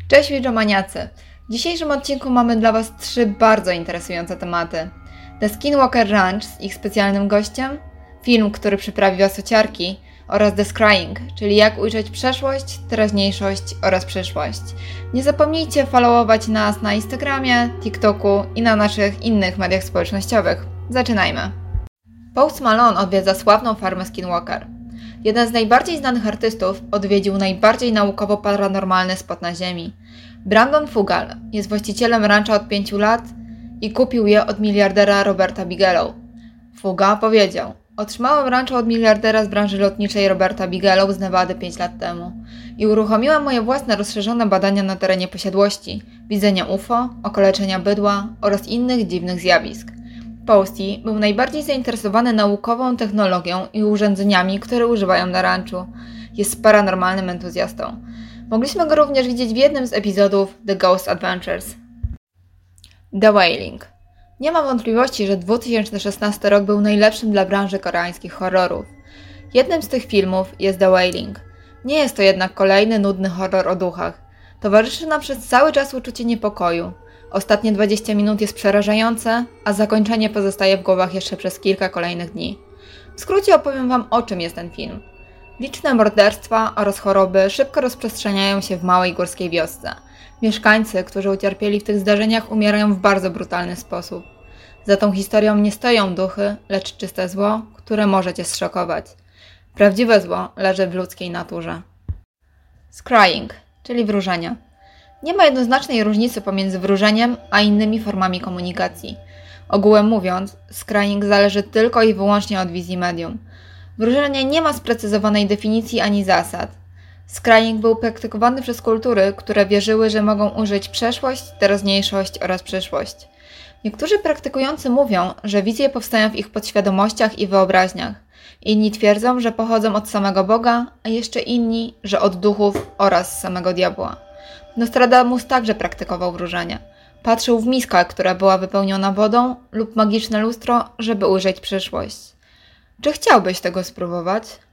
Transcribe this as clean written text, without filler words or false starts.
Cześć Widżomaniacy! W dzisiejszym odcinku mamy dla Was 3 bardzo interesujące tematy. The Skinwalker Ranch z ich specjalnym gościem, film, który przyprawi Was o ciarki oraz The Scrying, czyli jak ujrzeć przeszłość, teraźniejszość oraz przyszłość. Nie zapomnijcie followować nas na Instagramie, TikToku i na naszych innych mediach społecznościowych. Zaczynajmy! Post Malone odwiedza sławną farmę Skinwalker. Jeden z najbardziej znanych artystów odwiedził najbardziej naukowo-paranormalny spot na Ziemi. Brandon Fugal jest właścicielem rancha od 5 lat i kupił je od miliardera Roberta Bigelow. Fugal powiedział: otrzymałem rancho od miliardera z branży lotniczej Roberta Bigelow z Nevady 5 lat temu i uruchomiłem moje własne rozszerzone badania na terenie posiadłości, widzenia UFO, okaleczenia bydła oraz innych dziwnych zjawisk. Posty był najbardziej zainteresowany naukową technologią i urządzeniami, które używają na ranchu. Jest paranormalnym entuzjastą. Mogliśmy go również widzieć w jednym z epizodów The Ghost Adventures. The Wailing. Nie ma wątpliwości, że 2016 rok był najlepszym dla branży koreańskich horrorów. Jednym z tych filmów jest The Wailing. Nie jest to jednak kolejny nudny horror o duchach. Towarzyszy nam przez cały czas uczucie niepokoju. Ostatnie 20 minut jest przerażające, a zakończenie pozostaje w głowach jeszcze przez kilka kolejnych dni. W skrócie opowiem Wam, o czym jest ten film. Liczne morderstwa oraz choroby szybko rozprzestrzeniają się w małej górskiej wiosce. Mieszkańcy, którzy ucierpieli w tych zdarzeniach, umierają w bardzo brutalny sposób. Za tą historią nie stoją duchy, lecz czyste zło, które może Cię zszokować. Prawdziwe zło leży w ludzkiej naturze. Scrying, czyli wróżenia. Nie ma jednoznacznej różnicy pomiędzy wróżeniem a innymi formami komunikacji. Ogółem mówiąc, scrying zależy tylko i wyłącznie od wizji medium. Wróżenie nie ma sprecyzowanej definicji ani zasad. Scrying był praktykowany przez kultury, które wierzyły, że mogą ujrzeć przeszłość, teraźniejszość oraz przyszłość. Niektórzy praktykujący mówią, że wizje powstają w ich podświadomościach i wyobraźniach. Inni twierdzą, że pochodzą od samego Boga, a jeszcze inni, że od duchów oraz samego diabła. Nostradamus także praktykował wróżenie. Patrzył w miskę, która była wypełniona wodą, lub magiczne lustro, żeby ujrzeć przyszłość. Czy chciałbyś tego spróbować?